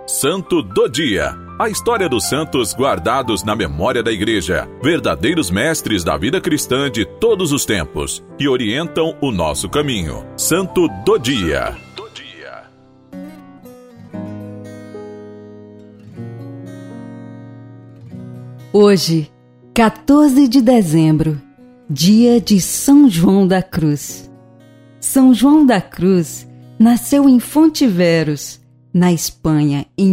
Santo do Dia. A história dos santos guardados na memória da Igreja, verdadeiros mestres da vida cristã de todos os tempos, que orientam o nosso caminho. Santo do Dia. Hoje, 14 de dezembro, dia de São João da Cruz. São João da Cruz nasceu em Fontiveros, na Espanha, em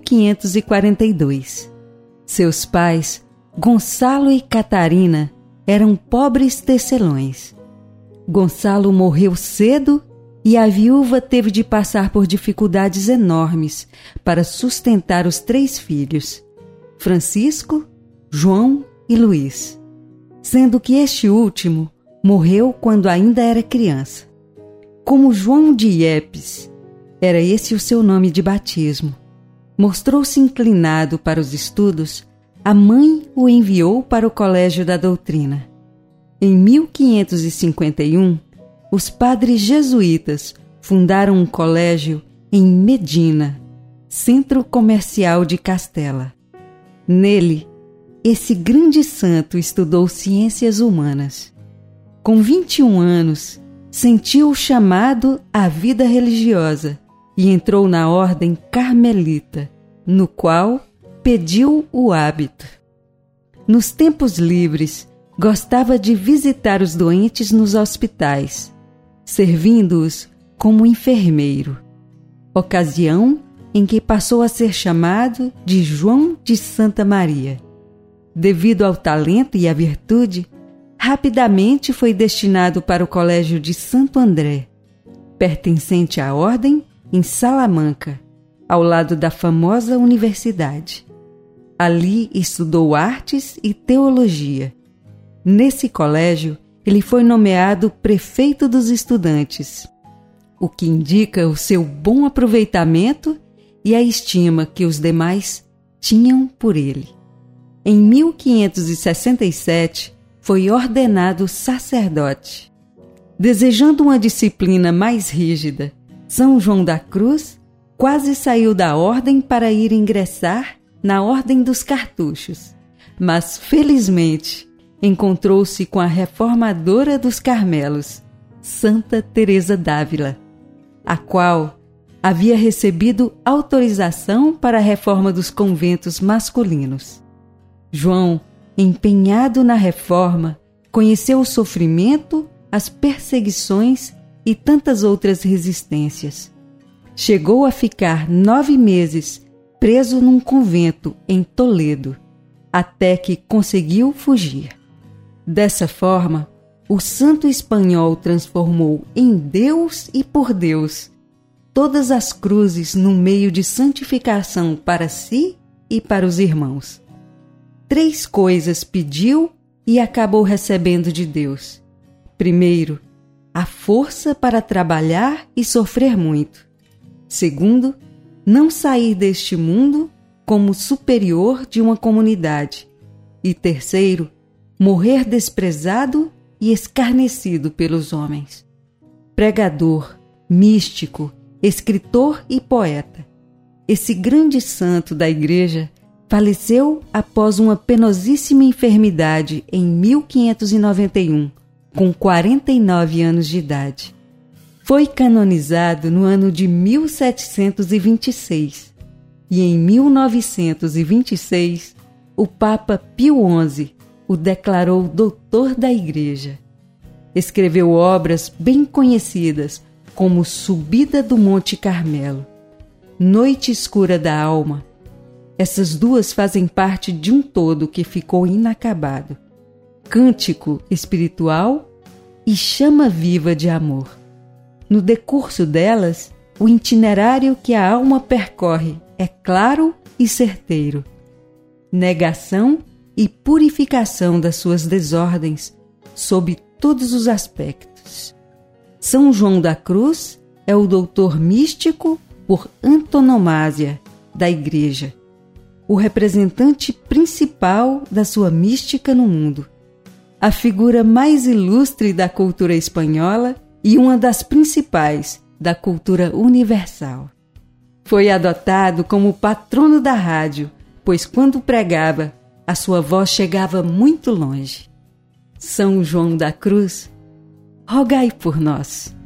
1542. Seus pais, Gonçalo e Catarina, eram pobres tecelões. Gonçalo morreu cedo e a viúva teve de passar por dificuldades enormes para sustentar os 3 filhos, Francisco, João e Luís, sendo que este último morreu quando ainda era criança. Como João de Iepes, era esse o seu nome de batismo, mostrou-se inclinado para os estudos, a mãe o enviou para o Colégio da Doutrina. Em 1551, os padres jesuítas fundaram um colégio em Medina, centro comercial de Castela. Nele, esse grande santo estudou ciências humanas. Com 21 anos, sentiu o chamado à vida religiosa e entrou na ordem carmelita, no qual pediu o hábito. Nos tempos livres, gostava de visitar os doentes nos hospitais, servindo-os como enfermeiro, ocasião em que passou a ser chamado de João de Santa Maria. Devido ao talento e à virtude, rapidamente foi destinado para o Colégio de Santo André, pertencente à ordem em Salamanca, ao lado da famosa universidade. Ali estudou artes e teologia. Nesse colégio, ele foi nomeado prefeito dos estudantes, o que indica o seu bom aproveitamento e a estima que os demais tinham por ele. Em 1567, foi ordenado sacerdote. Desejando uma disciplina mais rígida, São João da Cruz quase saiu da ordem para ir ingressar na Ordem dos Cartuchos, mas, felizmente, encontrou-se com a reformadora dos Carmelos, Santa Teresa d'Ávila, a qual havia recebido autorização para a reforma dos conventos masculinos. João, empenhado na reforma, conheceu o sofrimento, as perseguições e tantas outras resistências. Chegou a ficar 9 meses preso num convento em Toledo, até que conseguiu fugir. Dessa forma, o santo espanhol transformou em Deus e por Deus todas as cruzes num meio de santificação para si e para os irmãos. 3 coisas pediu e acabou recebendo de Deus. Primeiro, a força para trabalhar e sofrer muito. Segundo, não sair deste mundo como superior de uma comunidade. E terceiro, morrer desprezado e escarnecido pelos homens. Pregador, místico, escritor e poeta, esse grande santo da Igreja faleceu após uma penosíssima enfermidade em 1591, com 49 anos de idade. Foi canonizado no ano de 1726 e em 1926 o Papa Pio XI o declarou doutor da Igreja. Escreveu obras bem conhecidas como Subida do Monte Carmelo, Noite Escura da Alma. Essas 2 fazem parte de um todo que ficou inacabado: Cântico Espiritual e Chama Viva de Amor. No decurso delas, o itinerário que a alma percorre é claro e certeiro. Negação e purificação das suas desordens, sob todos os aspectos. São João da Cruz é o doutor místico por antonomasia da Igreja, o representante principal da sua mística no mundo, a figura mais ilustre da cultura espanhola e uma das principais da cultura universal. Foi adotado como patrono da rádio, pois quando pregava, a sua voz chegava muito longe. São João da Cruz, rogai por nós.